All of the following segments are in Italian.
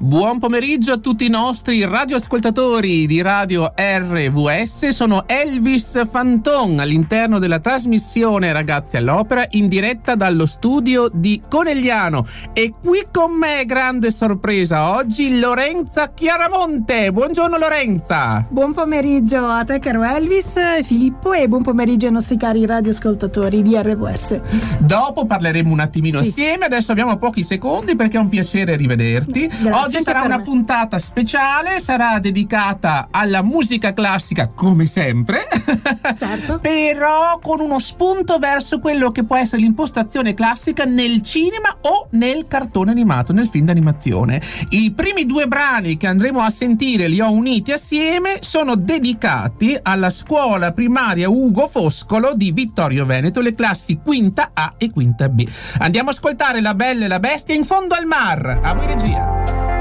Buon pomeriggio a tutti i nostri radioascoltatori di Radio RVS. Sono Elvis Fanton all'interno della trasmissione Ragazzi all'Opera in diretta dallo studio di Conegliano. E qui con me, grande sorpresa oggi, Lorenza Chiaramonte. Buongiorno Lorenza. Buon pomeriggio a te caro Elvis, Filippo, e buon pomeriggio ai nostri cari radioascoltatori di RVS. Dopo parleremo un attimino assieme, adesso abbiamo pochi secondi perché è un piacere rivederti. Grazie. Oggi sarà una puntata speciale, sarà dedicata alla musica classica come sempre, certo, però con uno spunto verso quello che può essere l'impostazione classica nel cinema o nel cartone animato, nel film d'animazione. I primi due brani che andremo a sentire, li ho uniti assieme, sono dedicati alla scuola primaria Ugo Foscolo di Vittorio Veneto, le classi quinta A e quinta B. Andiamo a ascoltare La Bella e la Bestia in fondo al mar. A voi regia.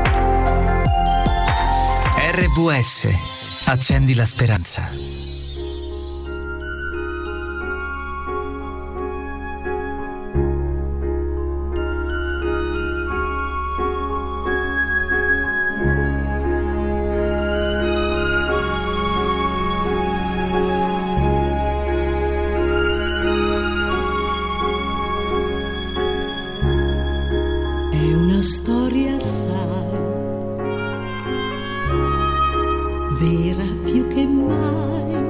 RVS, accendi la speranza. È una storia vera più che mai,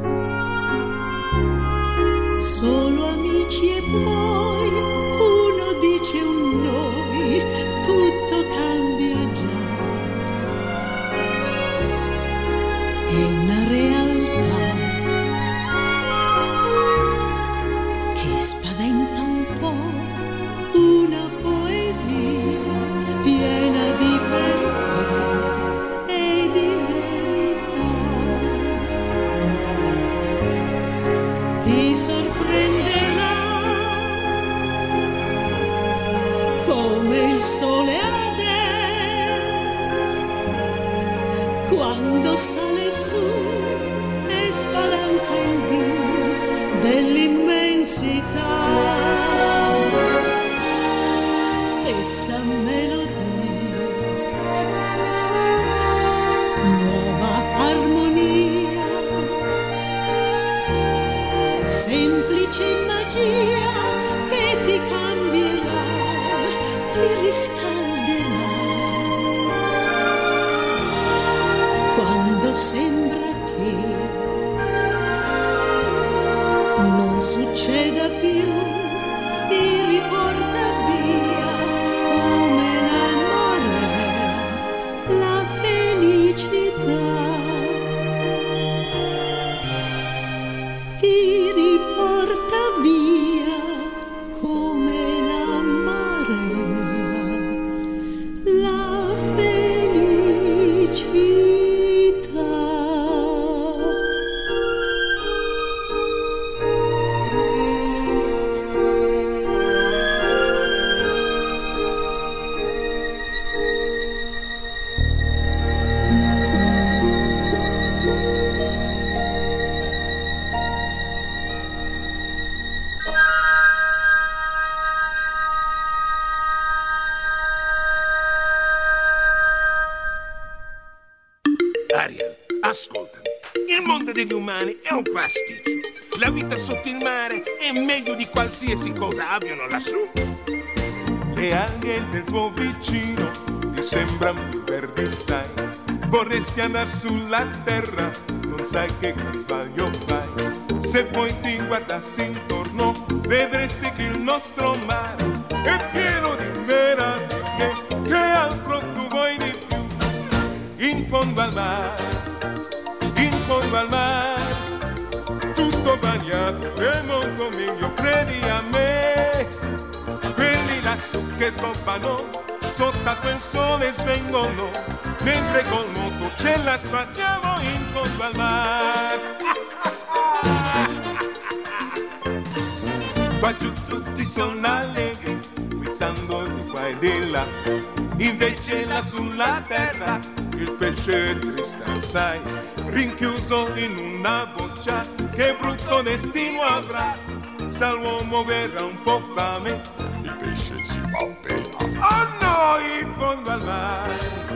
solo amici e poi uno dice un noi, tutto cambia già. È una realtà che spaventa un po', una poesia piena di perché. Ti sorprenderà come il sole ad est quando sale su e spalanca il blu dell'immensità. Stessa melodia, nuova armonia, semplice magia che ti cambierà, ti riscalderà. Quando sembra che non succeda più, ti riporta via come la marea, la felicità. Ti riporta via come la marea, la felicità. Ariel, ascoltami. Il mondo degli umani è un pasticcio. La vita sotto il mare è meglio di qualsiasi cosa abbiano lassù. Le alghe del tuo vicino ti sembrano più verdi, sai. Vorresti andare sulla terra, non sai che sbaglio fai. Se poi ti guardassi intorno, vedresti che il nostro mare è pieno di meraviglie. Che altro tu vuoi di più? In fondo al mare, in fondo al mare, tutto bagnato è molto meglio, credi a me. Quelli lassù che scoppano sotto a quel sole svengono, mentre col moto ce la spassiamo in fondo al mare. Qua giù tutti sono allegri, guizzando di qua e di là, invece là sulla terra il pesce è triste assai, rinchiuso in una boccia, che brutto destino avrà. Se l'uomo verrà un po' fame, il pesce si va a pelare. Oh no, in fondo al mare,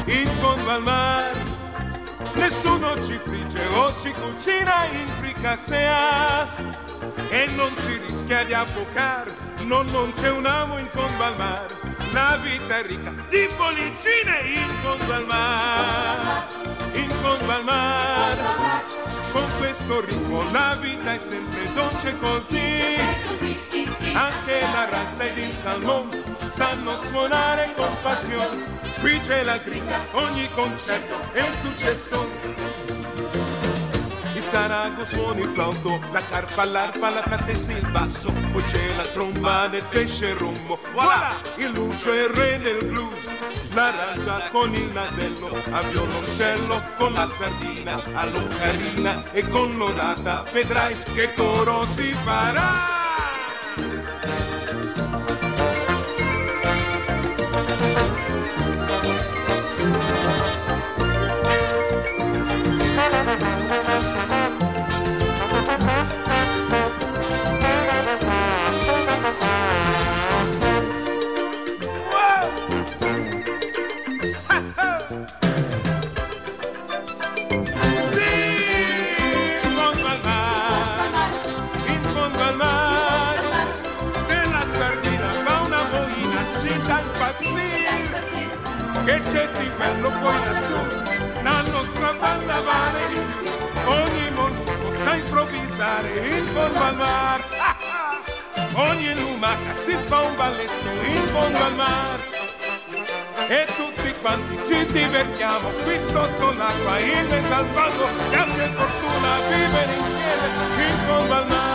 in fondo al mare. Nessuno ci frigge o ci cucina in fricassea e non si rischia di affocare, non c'è un amo in fondo al mare. La vita è ricca di bollicine in fondo al mare, in fondo al mare. Con questo ritmo la vita è sempre dolce così. Anche la razza ed il salmone sanno suonare con passione. Qui c'è la gringa, ogni concerto è un successo. Il sarago suona il flauto, la carpa, l'arpa, la catessa e il basso. Poi c'è la tromba del pesce rombo. Voilà! Il lucio è il re del blues. L'arancia con il nasello, a violoncello con la sardina, all'ocarina e con l'orata. Vedrai che coro si farà. Che c'è di bello poi lassù, la nostra banda vale, ogni mollusco sa improvvisare in fondo al mar. Ogni lumaca si fa un balletto in fondo al mar. E tutti quanti ci divertiamo qui sotto l'acqua, in mezzo al fango, grande fortuna vivere insieme in fondo al mar.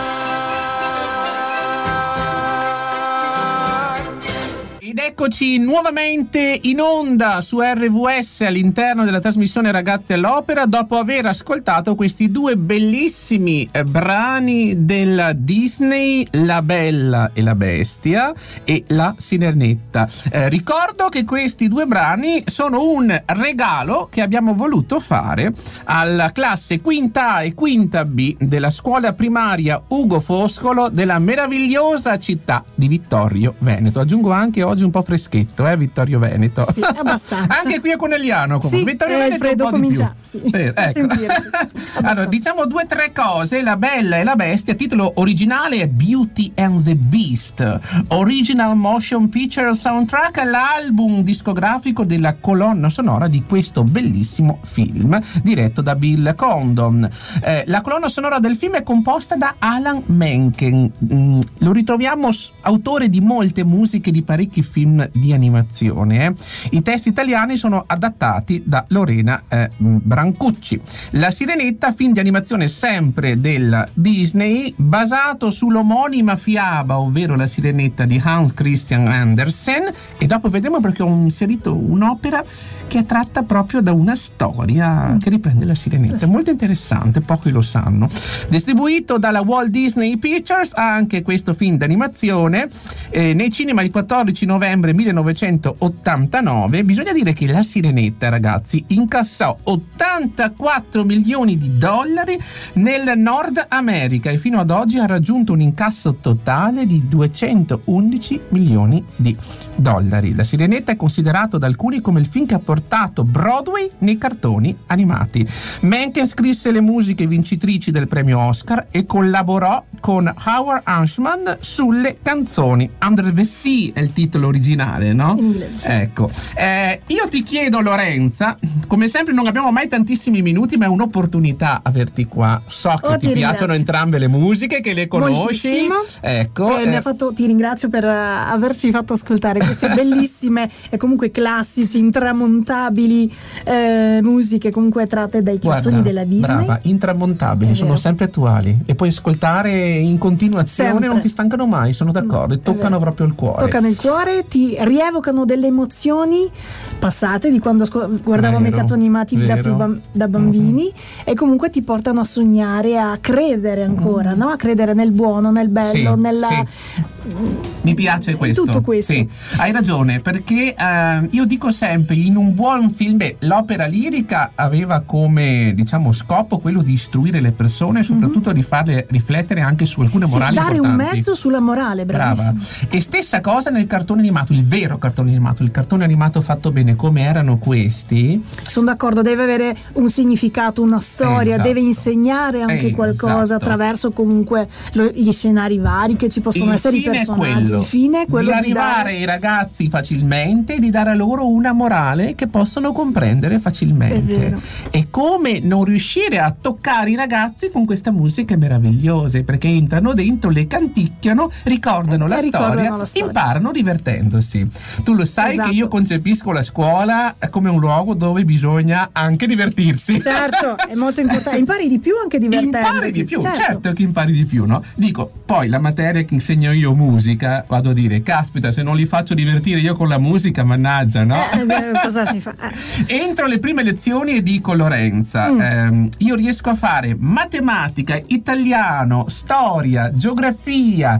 Ed eccoci nuovamente in onda su RVS all'interno della trasmissione Ragazzi all'Opera, dopo aver ascoltato questi due bellissimi brani della Disney, La Bella e la Bestia e La Sirenetta. Ricordo che questi due brani sono un regalo che abbiamo voluto fare alla classe quinta A e quinta B della scuola primaria Ugo Foscolo della meravigliosa città di Vittorio Veneto. Aggiungo anche oggi un po' freschetto, Vittorio Veneto. Sì, abbastanza. Anche qui a Conegliano, comunque. Sì, Vittorio Veneto un po' comincia, di più. sì, Ecco. Allora, diciamo 2 o 3 cose. La Bella e la Bestia, titolo originale è Beauty and the Beast, original motion picture soundtrack, l'album discografico della colonna sonora di questo bellissimo film diretto da Bill Condon. La colonna sonora del film è composta da Alan Menken. Lo ritroviamo autore di molte musiche di parecchi film di animazione. I testi italiani sono adattati da Lorena Brancucci. La Sirenetta, film di animazione sempre della Disney, basato sull'omonima fiaba, ovvero La Sirenetta di Hans Christian Andersen, e dopo vedremo perché ho inserito un'opera che è tratta proprio da una storia che riprende La Sirenetta. È molto interessante, pochi lo sanno. Distribuito dalla Walt Disney Pictures, anche questo film d'animazione nei cinema il 14 novembre 1989. Bisogna dire che La Sirenetta, ragazzi, incassò 84 milioni di dollari nel Nord America e fino ad oggi ha raggiunto un incasso totale di 211 milioni di dollari. La Sirenetta è considerato da alcuni come il film che ha portato Broadway nei cartoni animati. Menken scrisse le musiche vincitrici del premio Oscar e collaborò con Howard Ashman sulle canzoni. Under the Sea è il titolo originale, no? In inglese. Ecco. Io ti chiedo, Lorenza, come sempre non abbiamo mai tantissimi minuti, ma è un'opportunità averti qua. So che ti piacciono entrambe le musiche, che le conosci. Moltissimo. Ecco. Ti ringrazio per averci fatto ascoltare queste bellissime e comunque classici, intramontabili musiche comunque tratte dai cartoni della Disney. Brava, intramontabili, sono sempre attuali e puoi ascoltare in continuazione, sempre. Non ti stancano mai, sono d'accordo, e toccano proprio il cuore. Toccano il cuore, ti rievocano delle emozioni passate di quando guardavamo i cartoni animati da bambini, e comunque ti portano a sognare, a credere ancora, no? A credere nel buono, nel bello, Mi piace questo. Tutto questo. Sì, hai ragione, perché io dico sempre, in un buon film, l'opera lirica aveva come, diciamo, scopo quello di istruire le persone e soprattutto di farle riflettere anche su alcune morali dare importanti. un mezzo sulla morale, bravissimo. Brava. E stessa cosa nel cartone animato, il vero cartone animato, il cartone animato fatto bene come erano questi. Sono d'accordo, deve avere un significato, una storia, Esatto. deve insegnare anche qualcosa Esatto. attraverso comunque gli scenari vari che ci possono essere, i personaggi. Il fine è quello di arrivare ai ragazzi facilmente e di dare a loro una morale che possono comprendere facilmente. È vero. E come non riuscire a toccare i ragazzi con queste musiche meravigliose, perché entrano dentro, le canticchiano, ricordano la storia, imparano divertendosi. Tu lo sai, esatto, che io concepisco la scuola come un luogo dove bisogna anche divertirsi. Certo, è molto importante. Impari di più anche divertendoti. Impari di più, certo che impari di più, no? Dico, poi la materia che insegno io, musica, vado a dire, caspita, se non li faccio divertire io con la musica, mannaggia, no? Cosa si fa? Entro le prime lezioni e dico, Lorenza, io riesco a fare matematica, italiano, storia, geografia,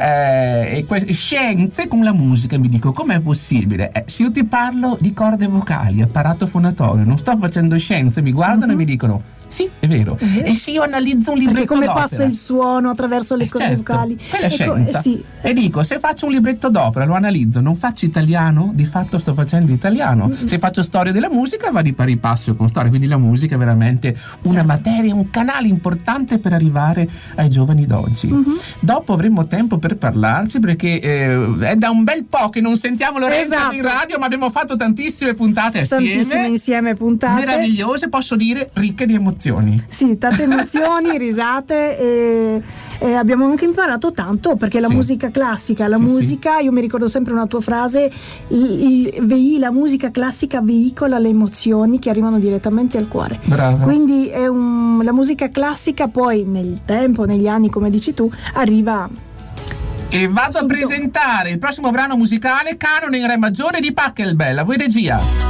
scienze con la musica. Mi dico, com'è possibile? Se io ti parlo di corde vocali, apparato fonatorio, non sto facendo scienze, mi guardano e mi dicono, sì, è vero. E se io analizzo un libretto come d'opera, passa il suono attraverso le corde vocali, quella è scienza. Sì. E dico, se faccio un libretto d'opera, lo analizzo, non faccio italiano? Di fatto sto facendo italiano. Se faccio storia della musica, va di pari passo con storia. Quindi la musica è veramente una materia, un canale importante per arrivare ai giovani d'oggi. Dopo avremo tempo per parlarci, perché è da un bel po' che non sentiamo Lorenza in radio, ma abbiamo fatto tantissime puntate assieme. Tantissime insieme puntate. Meravigliose, posso dire ricche di emozioni. Sì, tante emozioni, risate e abbiamo anche imparato tanto, perché la musica classica, musica, io mi ricordo sempre una tua frase, la musica classica veicola le emozioni che arrivano direttamente al cuore. Brava. Quindi la musica classica poi nel tempo, negli anni, come dici tu, arriva. E vado subito a presentare il prossimo brano musicale, Canone in Re maggiore di Pachelbel. A voi regia.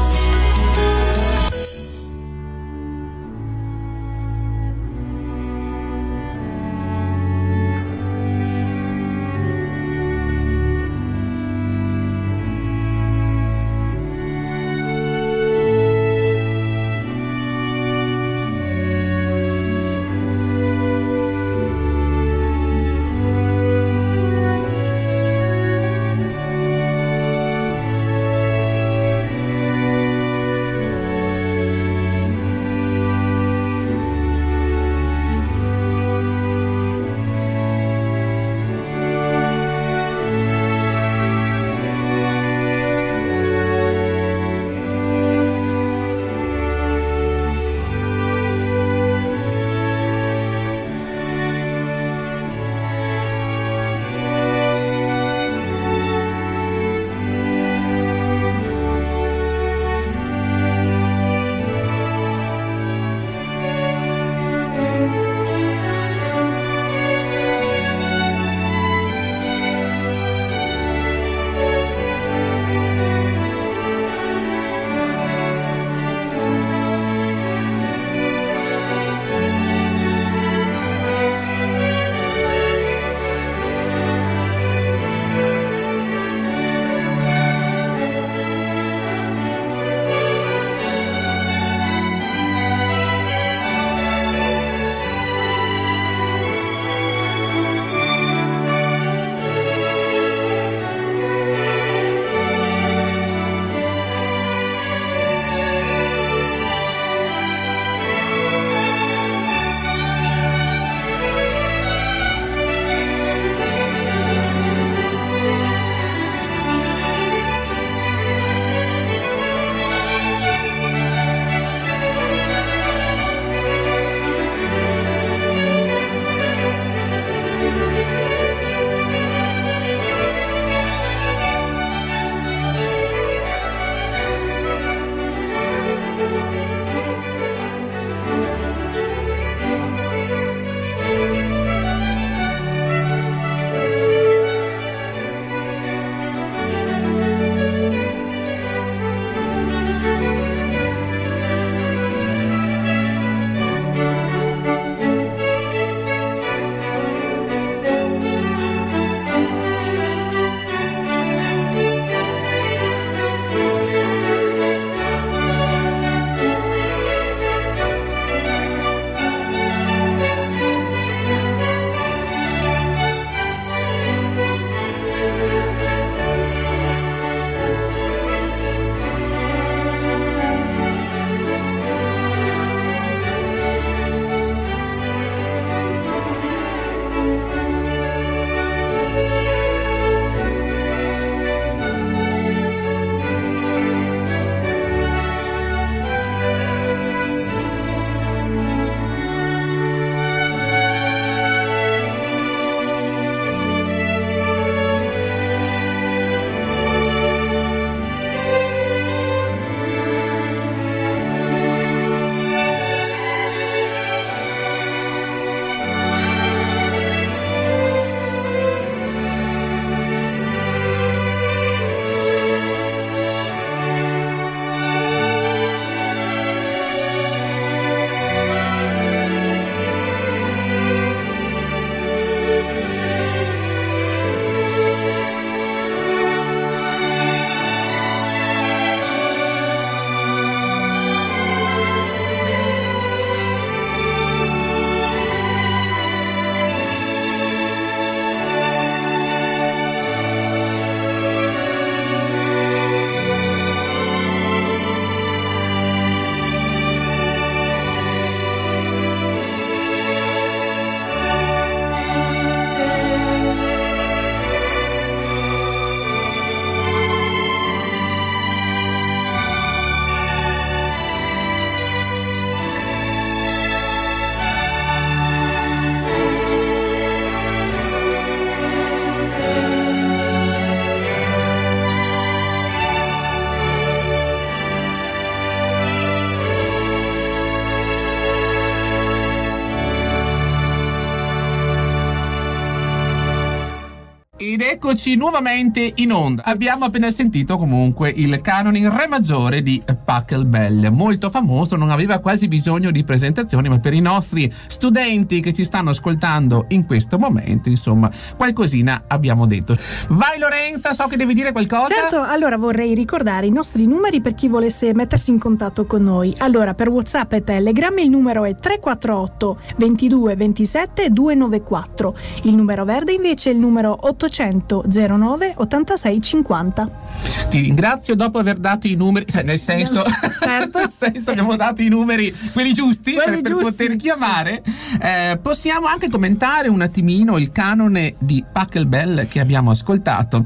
eccoci nuovamente in onda. Abbiamo appena sentito comunque il canone in re maggiore di Pachelbel, molto famoso, non aveva quasi bisogno di presentazioni, ma per i nostri studenti che ci stanno ascoltando in questo momento, insomma, qualcosina abbiamo detto. Vai Lorenza, so che devi dire qualcosa. Certo, allora vorrei ricordare i nostri numeri per chi volesse mettersi in contatto con noi. Allora, per WhatsApp e Telegram il numero è 348 22 27 294. Il numero verde invece è il numero 800 09 86 50. Ti ringrazio dopo aver dato i numeri, nel senso, certo. nel senso abbiamo dato i numeri, quelli giusti, per poter chiamare. Sì. Possiamo anche commentare un attimino il canone di Pachelbel che abbiamo ascoltato.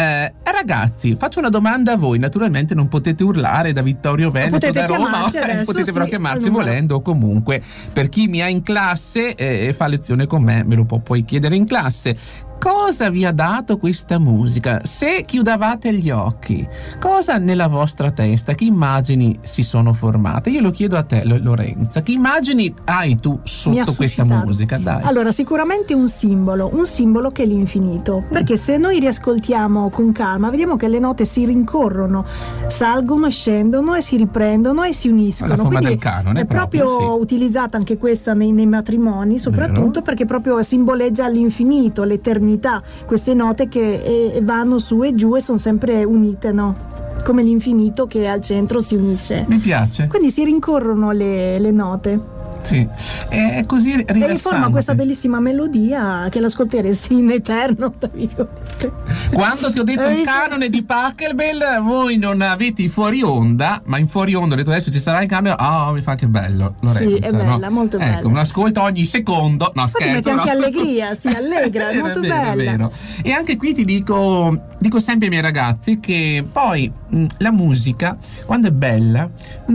Ragazzi, faccio una domanda a voi, naturalmente non potete urlare da Vittorio Veneto, da Roma, potete però chiamarci volendo, o comunque per chi mi ha in classe e fa lezione con me me lo può poi chiedere in classe. Cosa vi ha dato questa musica? Se chiudevate gli occhi, cosa nella vostra testa, che immagini si sono formate? Io lo chiedo a te, Lorenza, che immagini hai tu sotto questa musica? Dai. Allora, sicuramente un simbolo che è l'infinito, perché se noi riascoltiamo con calma vediamo che le note si rincorrono, salgono e scendono e si riprendono e si uniscono. La forma quindi del canone è proprio utilizzata anche questa nei matrimoni, soprattutto perché proprio simboleggia l'infinito, l'eternità, queste note che vanno su e giù e sono sempre unite, no? Come l'infinito che al centro si unisce. Mi piace. Quindi si rincorrono le note. Sì, è così rilassante. E forma questa bellissima melodia che l'ascolteresti in eterno, tra virgolette. Quando ti ho detto il canone di Pachelbel, voi non avete i fuori onda, ma in fuori onda ho detto adesso ci sarà il canone. Mi fa che bello, Lorenza. Sì, è bella, molto bella. Ecco, un ascolto ogni secondo. No, scherzo. Metti anche allegria, si allegra, è molto bella. È vero. E anche qui ti dico sempre ai miei ragazzi che poi la musica, quando è bella,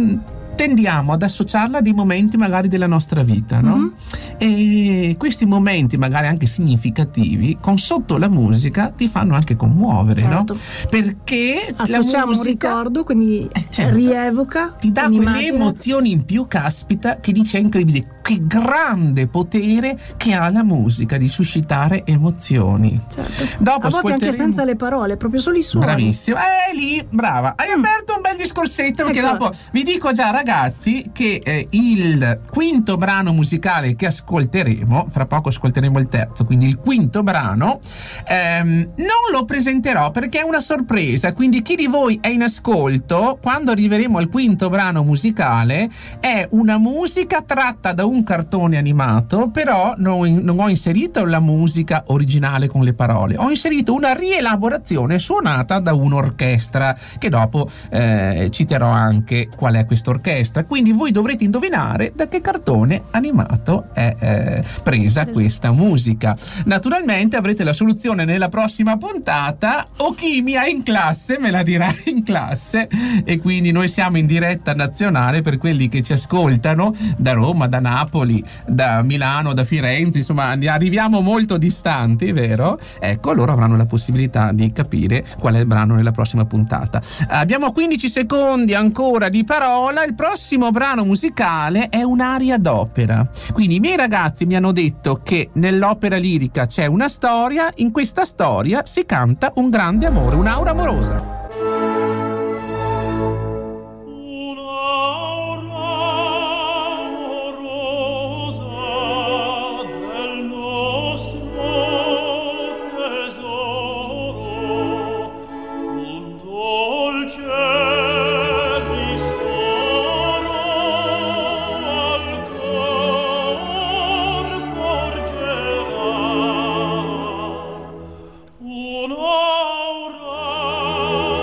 tendiamo ad associarla a dei momenti magari della nostra vita, no? Mm-hmm. E questi momenti magari anche significativi con sotto la musica ti fanno anche commuovere, certo. No? Perché associamo un ricordo, quindi certo, rievoca, ti dà quelle emozioni in più, caspita, che dice è incredibile che grande potere che ha la musica di suscitare emozioni. Certo. Dopo a volte anche senza le parole, proprio solo i suoni. Bravissimo, lì, brava, hai aperto un bel discorsetto, perché dopo vi dico già ragazzi che il quinto brano musicale che ascolteremo, fra poco ascolteremo il terzo, quindi il quinto brano, non lo presenterò perché è una sorpresa, quindi chi di voi è in ascolto, quando arriveremo al quinto brano musicale, è una musica tratta da un cartone animato, però non ho inserito la musica originale con le parole, ho inserito una rielaborazione suonata da un'orchestra che dopo citerò anche qual è questa orchestra, quindi voi dovrete indovinare da che cartone animato è presa questa musica. Naturalmente avrete la soluzione nella prossima puntata, o chi mi ha in classe me la dirà in classe, e quindi noi siamo in diretta nazionale per quelli che ci ascoltano da Roma, da Napoli, da Milano, da Firenze, insomma arriviamo molto distanti, vero? Sì. Ecco, loro avranno la possibilità di capire qual è il brano nella prossima puntata. Abbiamo 15 secondi ancora di parola. Il prossimo brano musicale è un'aria d'opera, quindi i miei ragazzi mi hanno detto che nell'opera lirica c'è una storia, in questa storia si canta un grande amore, un'aura amorosa. Un'aura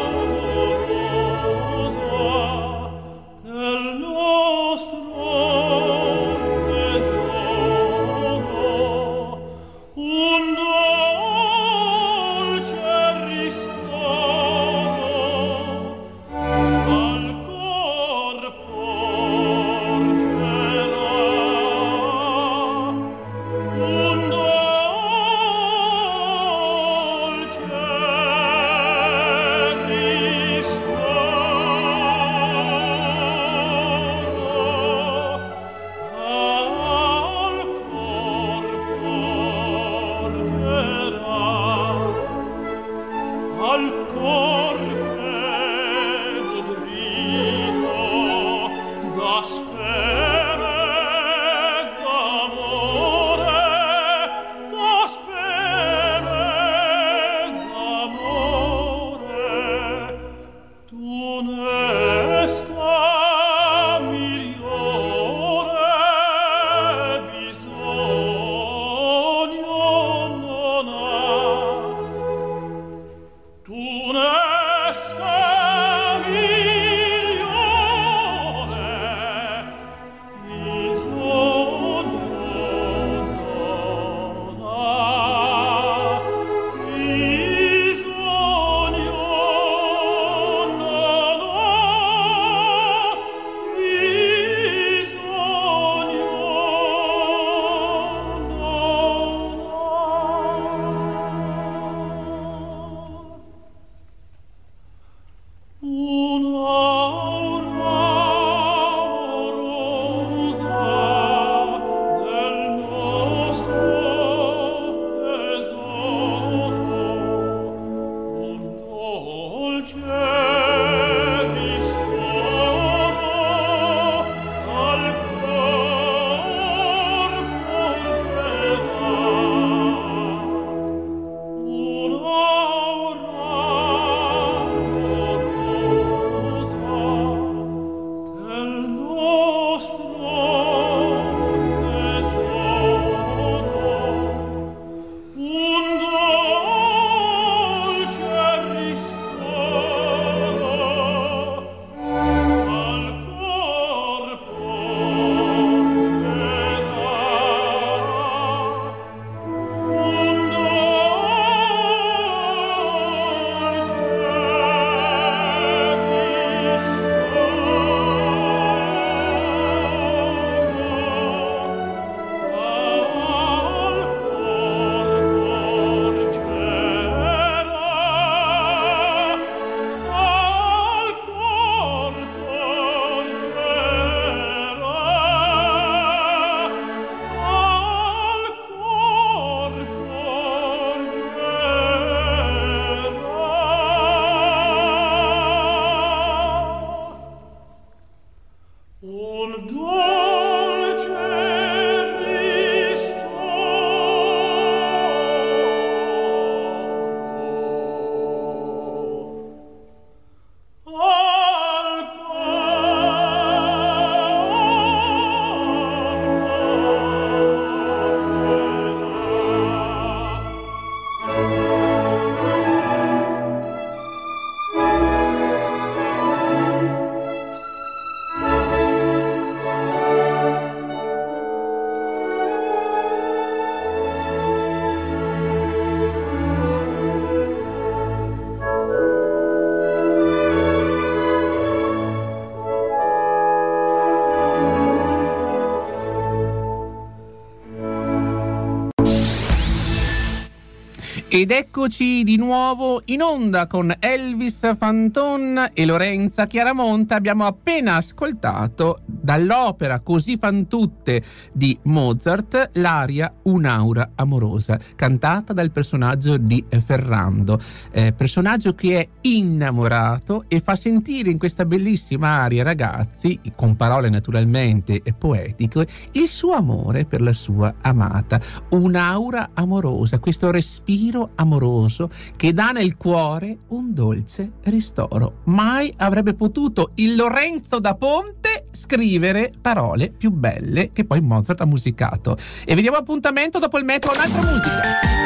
Ed eccoci di nuovo in onda con Elvis Fanton e Lorenza Chiaramonte. Abbiamo appena ascoltato dall'opera Così fan tutte di Mozart l'aria Un'aura amorosa, cantata dal personaggio di Ferrando, personaggio che è innamorato e fa sentire in questa bellissima aria, ragazzi, con parole naturalmente poetiche, il suo amore per la sua amata. Un'aura amorosa, questo respiro amoroso che dà nel cuore un dolce ristoro. Mai avrebbe potuto il Lorenzo da Ponte scrivere parole più belle che poi Mozart ha musicato. E vediamo appuntamento dopo il metro a un'altra musica.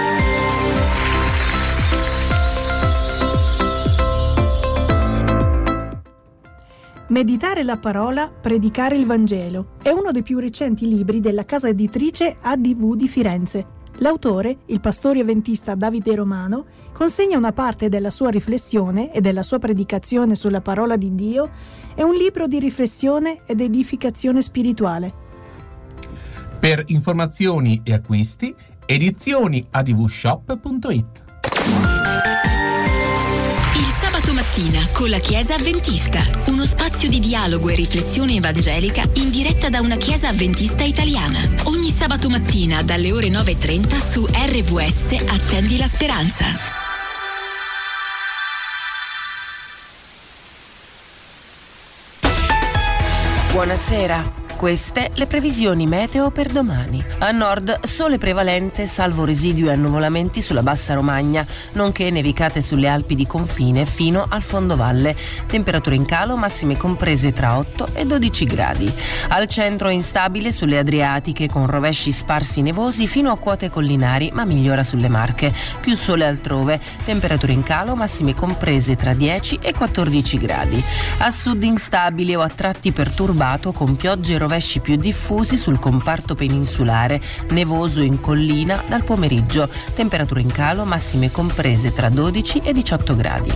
Meditare la parola, predicare il Vangelo è uno dei più recenti libri della casa editrice ADV di Firenze. L'autore, il pastore avventista Davide Romano, consegna una parte della sua riflessione e della sua predicazione sulla parola di Dio. È un libro di riflessione ed edificazione spirituale. Per informazioni e acquisti, edizioniadvshop.it. Il sabato mattina con la Chiesa Avventista, uno spazio di dialogo e riflessione evangelica in diretta da una Chiesa Avventista italiana. Ogni sabato mattina dalle ore 9:30 su RVS Accendi la Speranza. Buonasera. Queste le previsioni meteo per domani. A nord sole prevalente salvo residui e annuvolamenti sulla bassa Romagna, nonché nevicate sulle Alpi di confine fino al fondovalle. Temperature in calo, massime comprese tra 8 e 12 gradi. Al centro instabile sulle Adriatiche con rovesci sparsi nevosi fino a quote collinari, ma migliora sulle Marche. Più sole altrove, temperature in calo, massime comprese tra 10 e 14 gradi. A sud instabile o a tratti perturbato con piogge e rovesci più diffusi sul comparto peninsulare, nevoso in collina dal pomeriggio, temperature in calo, massime comprese tra 12 e 18 gradi.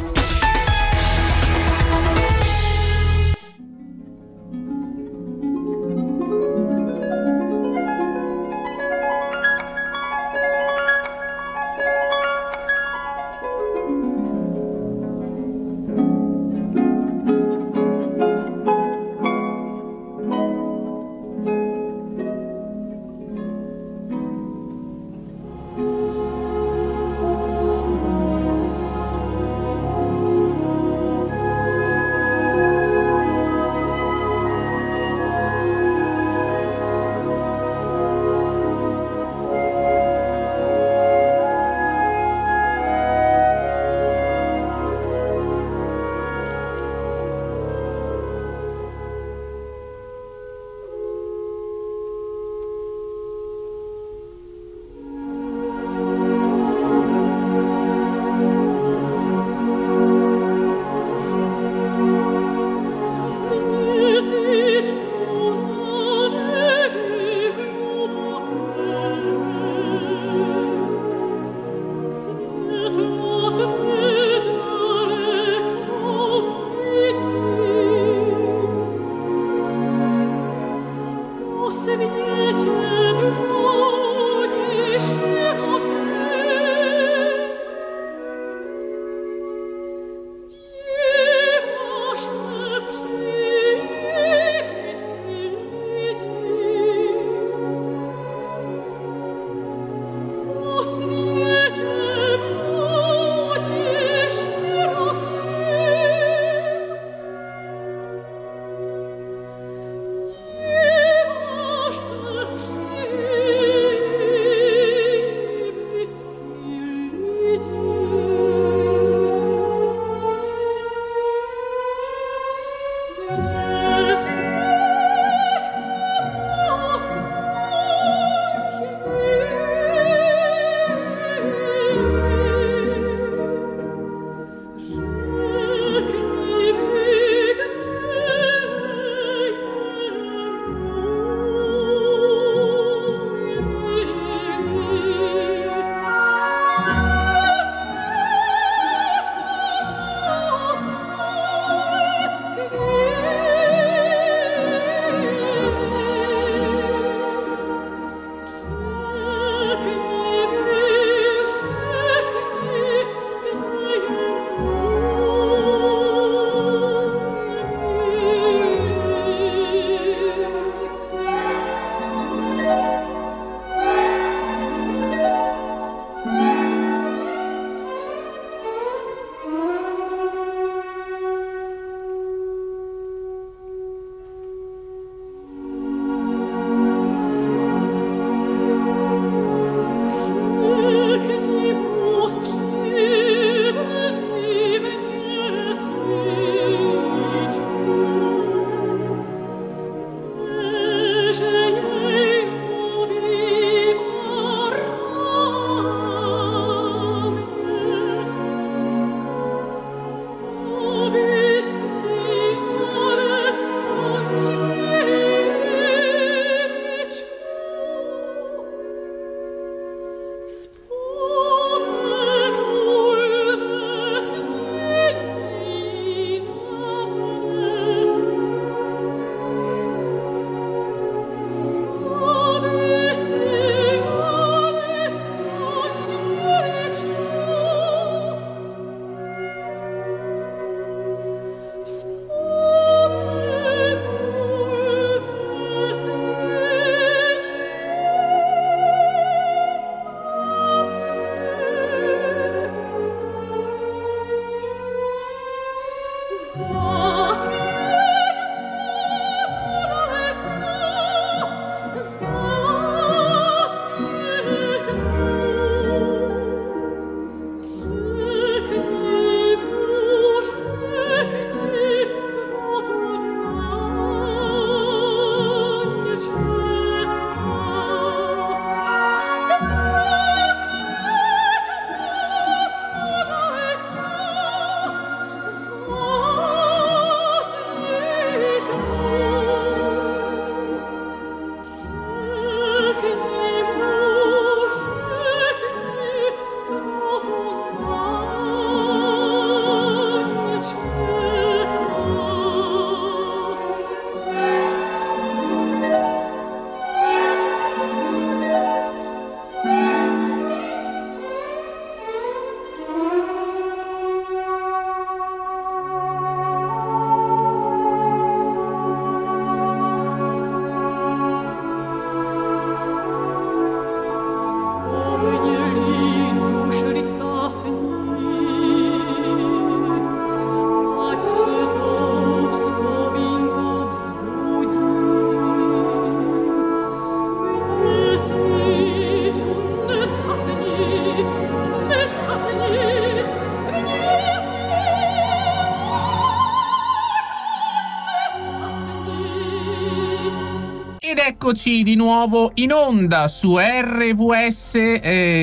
Eccoci di nuovo in onda su RVS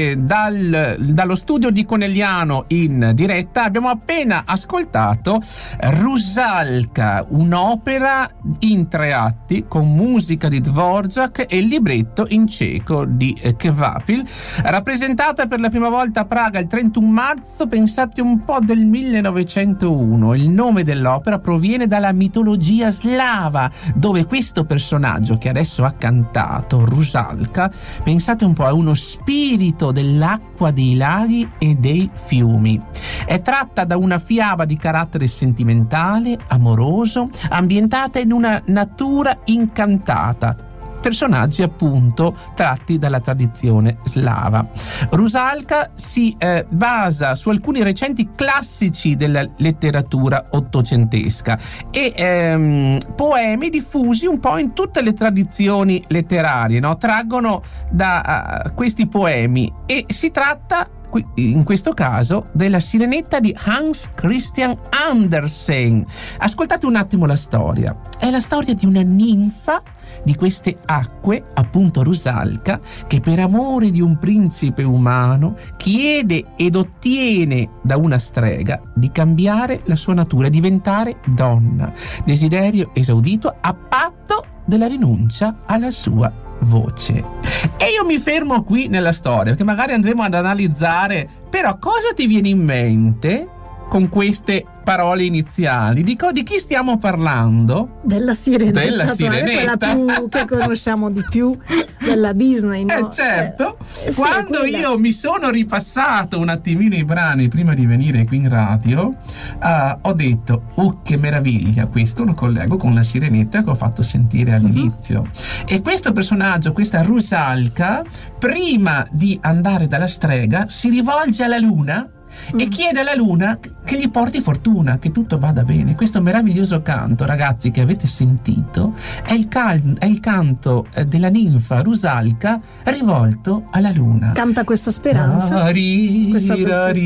dallo studio di Conegliano in diretta. Abbiamo appena ascoltato Rusalka, un'opera in 3 atti con musica di Dvorak e il libretto in ceco di Kvapil, rappresentata per la prima volta a Praga il 31 marzo, pensate un po', del 1901. Il nome dell'opera proviene dalla mitologia slava, dove questo personaggio che adesso ha cantato, Rusalka, pensate un po', è uno spirito dell'acqua dei laghi e dei fiumi. È tratta da una fiaba di carattere sentimentale, amoroso, ambientata in una natura incantata. Personaggi appunto tratti dalla tradizione slava. Rusalka si basa su alcuni recenti classici della letteratura ottocentesca e poemi diffusi un po' in tutte le tradizioni letterarie, no? Traggono da questi poemi, e si tratta in questo caso della Sirenetta di Hans Christian Andersen. Ascoltate un attimo la storia. È la storia di una ninfa di queste acque, appunto Rusalka, che per amore di un principe umano chiede ed ottiene da una strega di cambiare la sua natura e diventare donna. Desiderio esaudito a patto della rinuncia alla sua voce. E io mi fermo qui nella storia, che magari andremo ad analizzare, però cosa ti viene in mente con queste parole iniziali? Di chi stiamo parlando? Della Sirenetta. Della Sirenetta. Quella più che conosciamo di più, della Disney, no? Certo. Sì, Quando io mi sono ripassato un attimino i brani prima di venire qui in radio, ho detto, che meraviglia, questo lo collego con la Sirenetta che ho fatto sentire all'inizio. E questo personaggio, questa Rusalka, prima di andare dalla strega, si rivolge alla luna e chiede alla luna che gli porti fortuna, che tutto vada bene. Questo meraviglioso canto, ragazzi, che avete sentito è il canto della ninfa Rusalka rivolto alla luna. Canta questa speranza, questa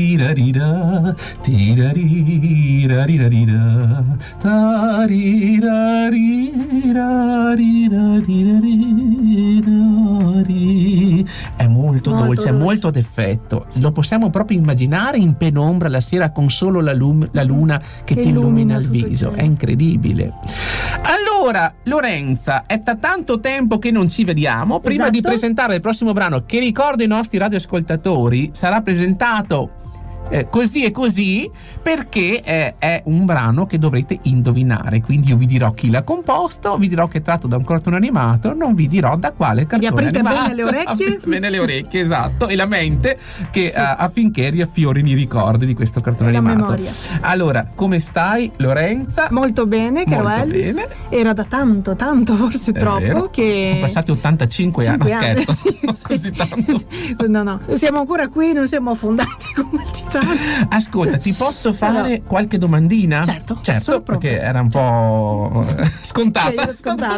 è molto dolce, è molto d'effetto. Lo possiamo proprio immaginare in penombra la sera con solo la luna che ti illumina il viso. È incredibile. Allora, Lorenza, è da tanto tempo che non ci vediamo. Prima di presentare il prossimo brano, che ricordo ai nostri radioascoltatori sarà presentato così e così, perché è un brano che dovrete indovinare. Quindi io vi dirò chi l'ha composto, vi dirò che è tratto da un cartone animato, non vi dirò da quale cartone animato. Bene le orecchie. Aprite bene le orecchie, esatto, e la mente, che affinché riaffiorino i ricordi di questo cartone animato. Memoria. Allora, come stai, Lorenza? Molto bene, caro Elvis. Bene. Era da tanto, forse troppo, vero, che sono passati 85 anni. Scherzo. Sì, così tanto. No, siamo ancora qui, non siamo affondati come il Titanic. Ascolta, ti posso fare qualche domandina? Certo, perché era un po' scontata.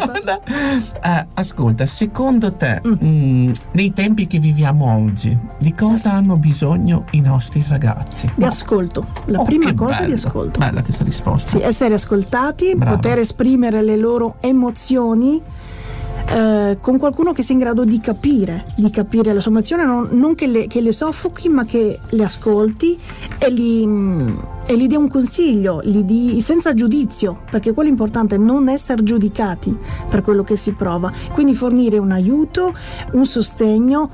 Ascolta, secondo te, nei tempi che viviamo oggi, di cosa hanno bisogno i nostri ragazzi? Di ascolto. La prima cosa, di ascolto. Bella questa risposta. Sì, essere ascoltati, Brava. poter esprimere le loro emozioni con qualcuno che sia in grado di capire la sua emozione, non che le soffochi, ma che le ascolti e gli dia un consiglio, senza giudizio, perché quello è importante, non essere giudicati per quello che si prova. Quindi fornire un aiuto, un sostegno,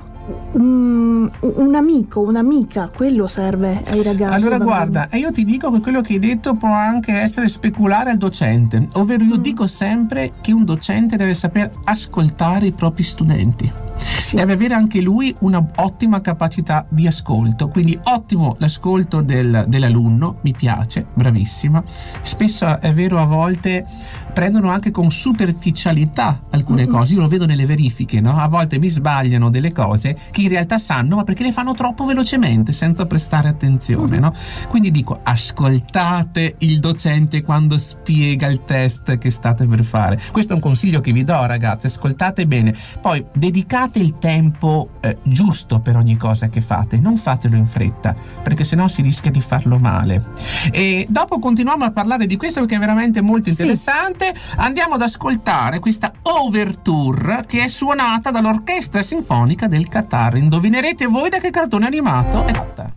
un amico, un'amica, quello serve ai ragazzi. Allora guarda, io ti dico che quello che hai detto può anche essere speculare al docente, ovvero io dico sempre che un docente deve saper ascoltare i propri studenti. Sì. Deve avere anche lui una ottima capacità di ascolto, quindi ottimo l'ascolto dell'alunno, mi piace, bravissima. Spesso è vero, a volte prendono anche con superficialità alcune cose, io lo vedo nelle verifiche, no? A volte mi sbagliano delle cose che in realtà sanno, ma perché le fanno troppo velocemente senza prestare attenzione, no? Quindi dico, ascoltate il docente quando spiega il test che state per fare. Questo è un consiglio che vi do, ragazzi, ascoltate bene, poi dedicate date il tempo giusto per ogni cosa che fate, non fatelo in fretta, perché sennò si rischia di farlo male. E dopo continuiamo a parlare di questo, perché è veramente molto interessante. Andiamo ad ascoltare questa Overture che è suonata dall'Orchestra Sinfonica del Qatar. Indovinerete voi da che cartone animato è tratta?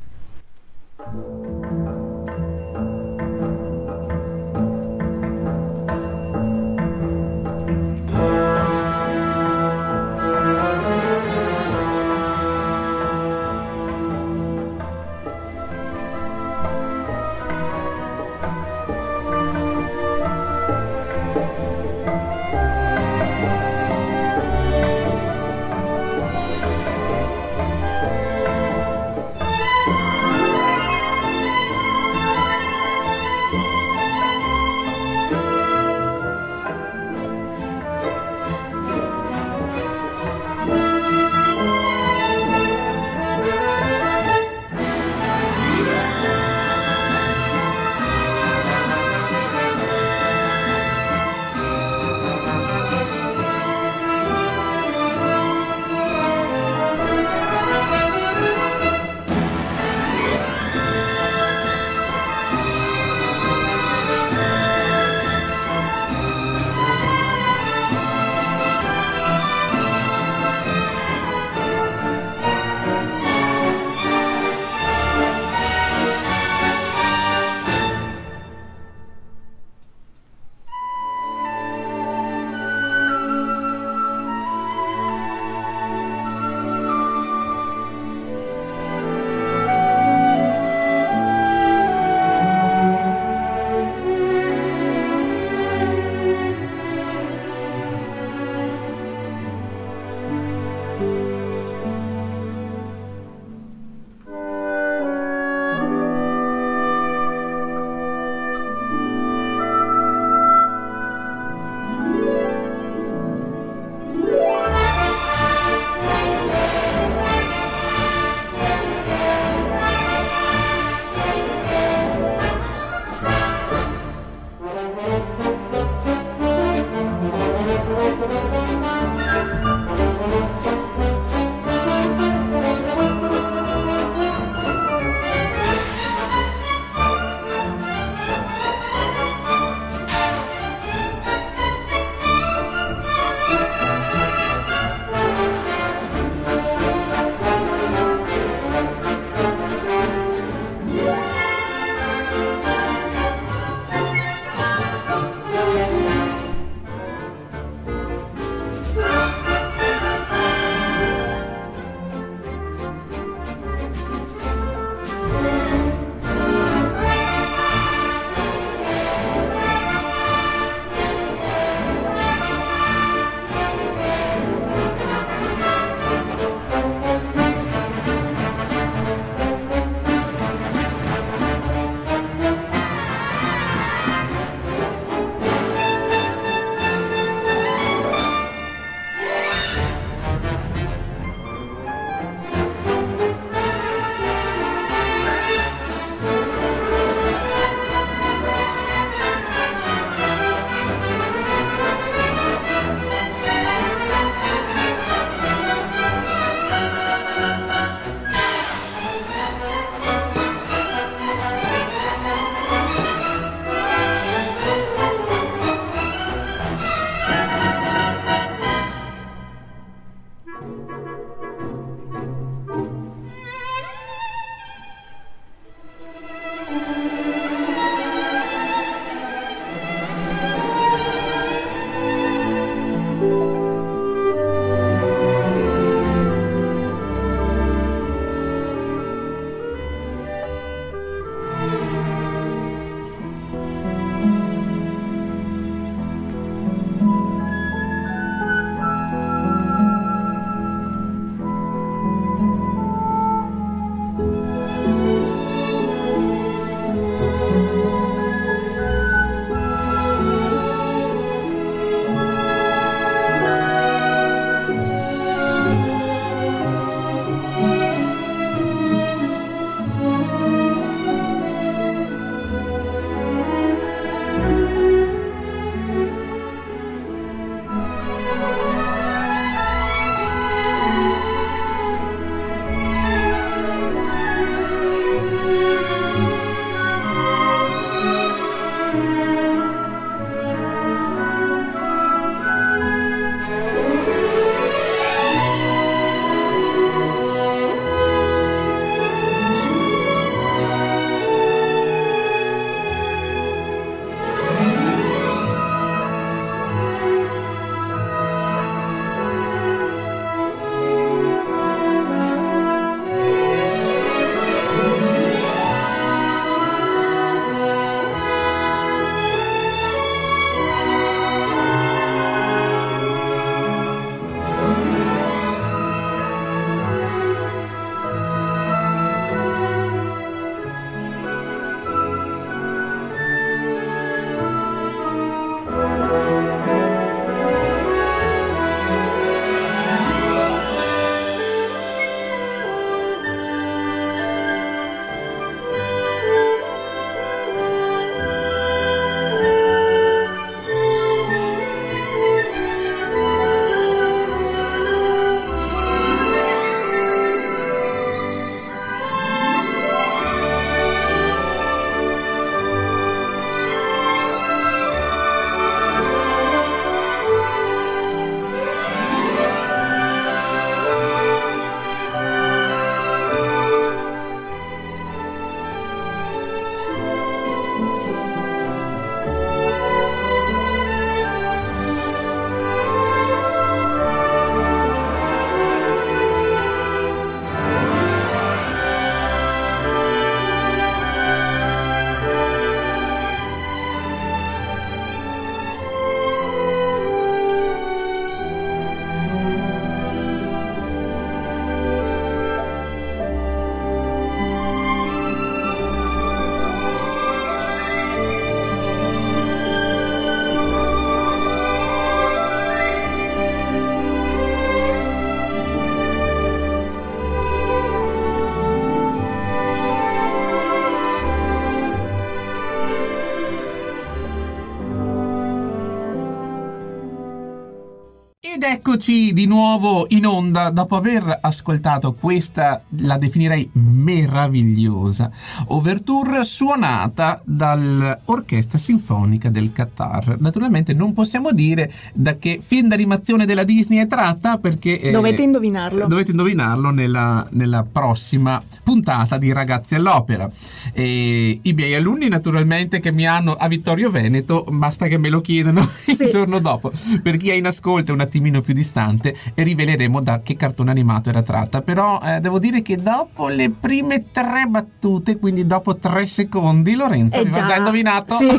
Ed eccoci di nuovo in onda dopo aver ascoltato questa, la definirei meravigliosa Overture suonata dall'Orchestra Sinfonica del Qatar. Naturalmente non possiamo dire da che film d'animazione della Disney è tratta, perché dovete indovinarlo. Dovete indovinarlo nella prossima puntata di Ragazzi all'Opera. E i miei alunni naturalmente che mi hanno a Vittorio Veneto, basta che me lo chiedano il giorno dopo. Per chi è in ascolto un attimino più distante, e riveleremo da che cartone animato era tratta. Però devo dire che dopo le prime 3 battute, quindi dopo 3 secondi, Lorenzo aveva già indovinato. Sì.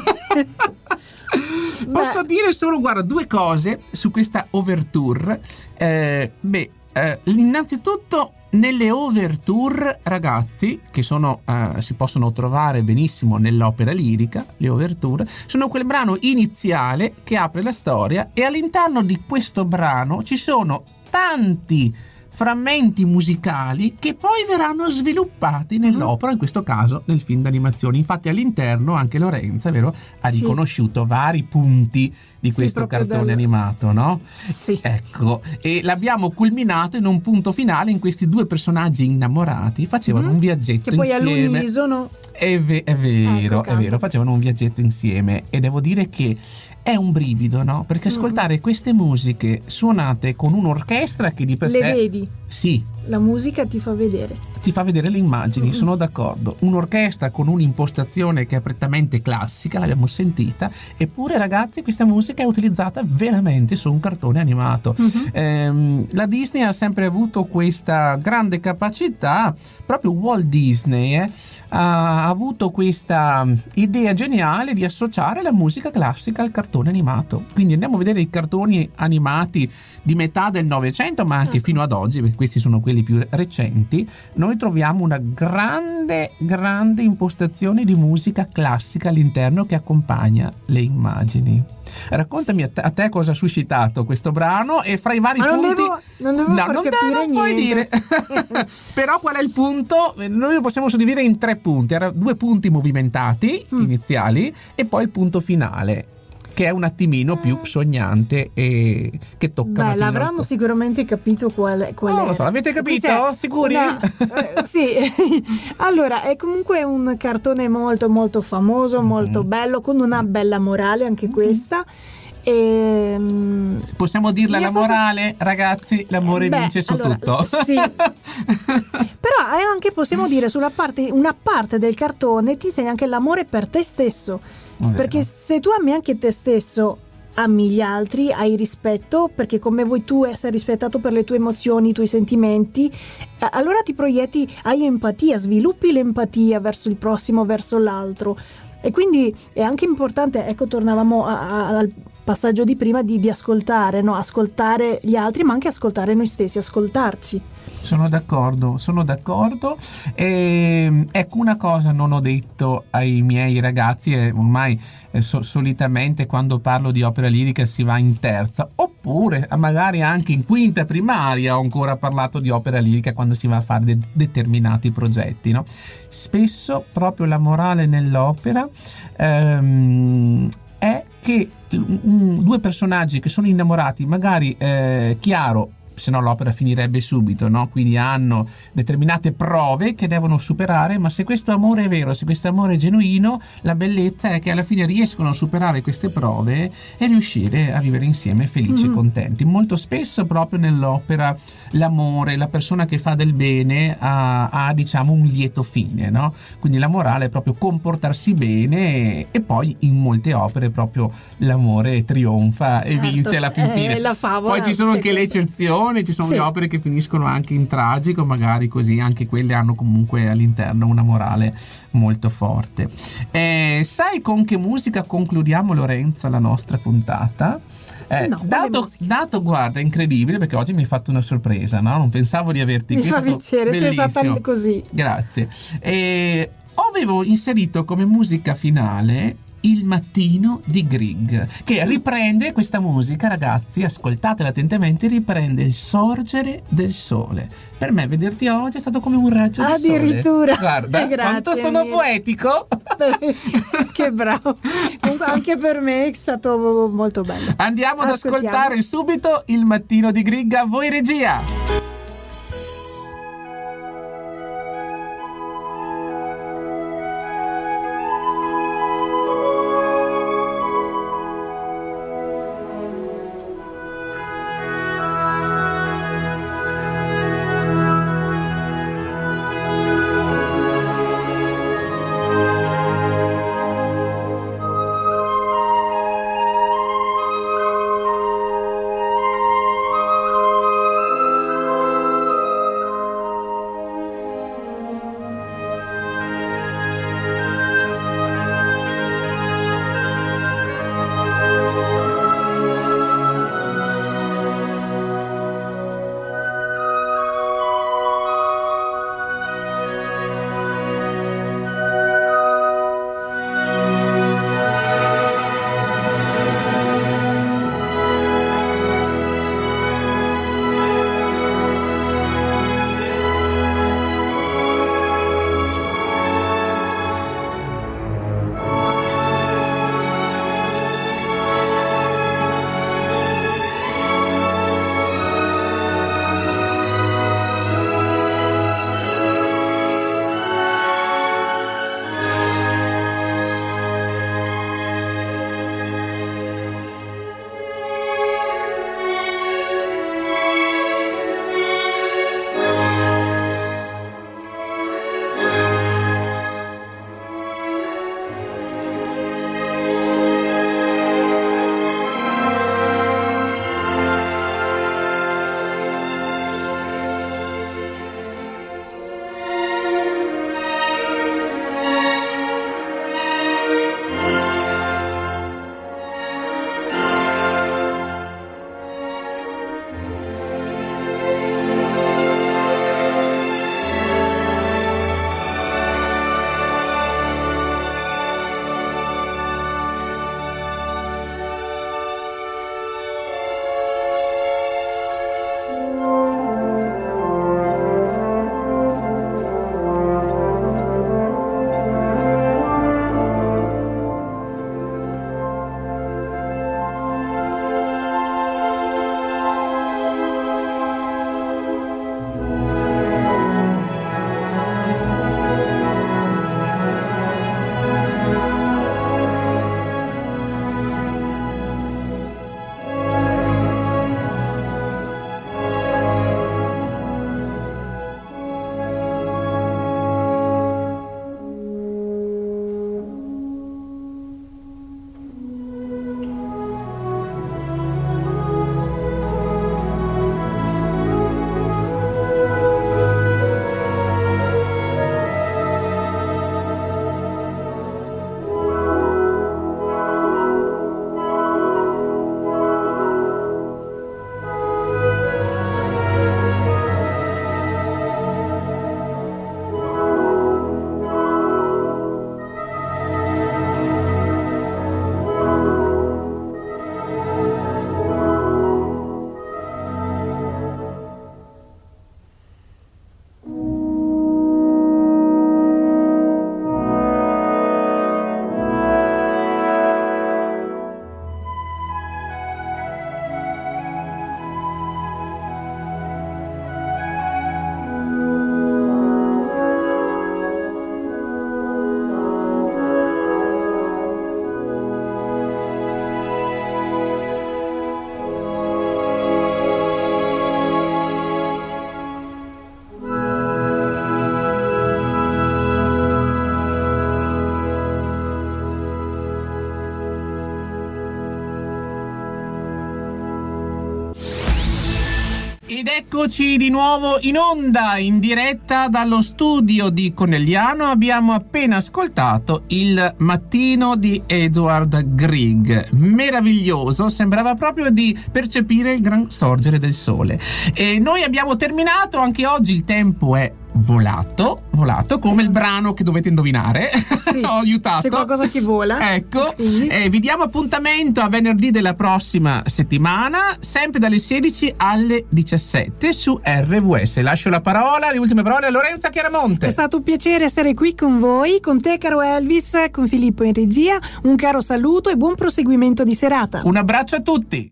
Posso dire solo, guarda, 2 cose su questa Overture. Innanzitutto, nelle Overture, ragazzi, che sono si possono trovare benissimo nell'opera lirica, le Overture sono quel brano iniziale che apre la storia, e all'interno di questo brano ci sono tanti frammenti musicali che poi verranno sviluppati nell'opera, in questo caso nel film d'animazione. Infatti all'interno anche Lorenza, vero, ha riconosciuto vari punti di questo cartone animato, no? Sì. Ecco, e l'abbiamo culminato in un punto finale in questi 2 personaggi innamorati facevano un viaggetto che poi insieme. all'unisono È vero, facevano un viaggetto insieme, e devo dire che è un brivido, no? Perché ascoltare queste musiche suonate con un'orchestra che di per sé... Le vedi? Sì. La musica ti fa vedere. Ti fa vedere le immagini, sono d'accordo. Un'orchestra con un'impostazione che è prettamente classica, l'abbiamo sentita, eppure ragazzi questa musica è utilizzata veramente su un cartone animato. La Disney ha sempre avuto questa grande capacità, proprio Walt Disney ha avuto questa idea geniale di associare la musica classica al cartone animato. Quindi andiamo a vedere i cartoni animati di metà del Novecento, ma anche fino ad oggi, perché questi sono quelli più recenti. Noi troviamo una grande impostazione di musica classica all'interno che accompagna le immagini. Raccontami a te cosa ha suscitato questo brano, e fra i vari punti non puoi dire. Però qual è il punto? Noi lo possiamo suddividere in 3 punti. Erano 2 punti movimentati iniziali e poi il punto finale, che è un attimino più sognante e che tocca. L'avranno sicuramente capito qual è. Non lo so, l'avete capito? Sicuri? Sì. Allora, è comunque un cartone molto molto famoso, molto bello, con una bella morale anche questa. Possiamo dirla la morale, ragazzi? L'amore vince su tutto. Sì. Però anche possiamo dire una parte del cartone ti insegna anche l'amore per te stesso. Perché se tu ami anche te stesso, ami gli altri, hai rispetto, perché come vuoi tu essere rispettato per le tue emozioni, i tuoi sentimenti, allora ti proietti, hai empatia, sviluppi l'empatia verso il prossimo, verso l'altro. E quindi è anche importante, ecco, tornavamo al passaggio di prima di ascoltare, no? Ascoltare gli altri, ma anche ascoltare noi stessi, ascoltarci. Sono d'accordo. Ecco, una cosa non ho detto ai miei ragazzi, e ormai solitamente quando parlo di opera lirica si va in terza, oppure magari anche in quinta primaria ho ancora parlato di opera lirica quando si va a fare determinati progetti, no? Spesso proprio la morale nell'opera è che 2 personaggi che sono innamorati, magari chiaro, se no l'opera finirebbe subito, no? Quindi hanno determinate prove che devono superare, ma se questo amore è vero, se questo amore è genuino, la bellezza è che alla fine riescono a superare queste prove e riuscire a vivere insieme felici e contenti. Molto spesso proprio nell'opera l'amore, la persona che fa del bene ha diciamo un lieto fine, no? Quindi la morale è proprio comportarsi bene, e poi in molte opere proprio l'amore trionfa e vince la più fine. La favola, poi ci sono anche le eccezioni, ci sono le opere che finiscono anche in tragico, magari così, anche quelle hanno comunque all'interno una morale molto forte. Sai con che musica concludiamo, Lorenza, la nostra puntata? Dato, guarda, incredibile, perché oggi mi hai fatto una sorpresa, no? Non pensavo di averti qui. Mi fa piacere, sei stata così. Grazie. Avevo inserito come musica finale Il mattino di Grieg, che riprende questa musica, ragazzi, ascoltatela attentamente, riprende il sorgere del sole. Per me vederti oggi è stato come un raggio di sole. Addirittura. Guarda, quanto sono mille. Poetico. Che bravo. Comunque anche per me è stato molto bello. Andiamo ad ascoltare subito Il mattino di Grieg. A voi regia. Ed eccoci di nuovo in onda, in diretta dallo studio di Conegliano. Abbiamo appena ascoltato Il mattino di Edvard Grieg. Meraviglioso, sembrava proprio di percepire il gran sorgere del sole. E noi abbiamo terminato, anche oggi il tempo è volato come il brano che dovete indovinare. Sì, ho aiutato. c'è qualcosa che vola. Ecco, vi diamo appuntamento a venerdì della prossima settimana, sempre dalle 16 alle 17 su RVS. Lascio la parola, le ultime parole a Lorenza Chiaramonte. È stato un piacere essere qui con voi, con te caro Elvis, con Filippo in regia. Un caro saluto e buon proseguimento di serata. Un abbraccio a tutti.